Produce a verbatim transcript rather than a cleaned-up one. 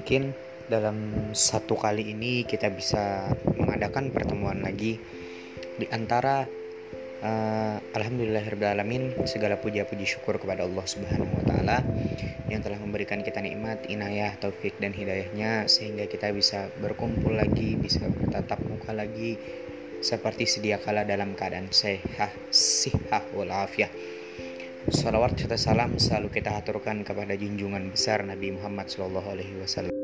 mungkin dalam satu kali ini kita bisa mengadakan pertemuan lagi di antara uh, alhamdulillahirrahmanirrahim, segala puja-puji syukur kepada Allah Subhanahu wa taala yang telah memberikan kita nikmat, inayah, taufik dan hidayahnya sehingga kita bisa berkumpul lagi, bisa bertatap muka lagi seperti sedia kala dalam keadaan sehat, sihah wal afiyah. Salawat serta salam selalu kita haturkan kepada junjungan besar Nabi Muhammad shallallahu alaihi wasallam.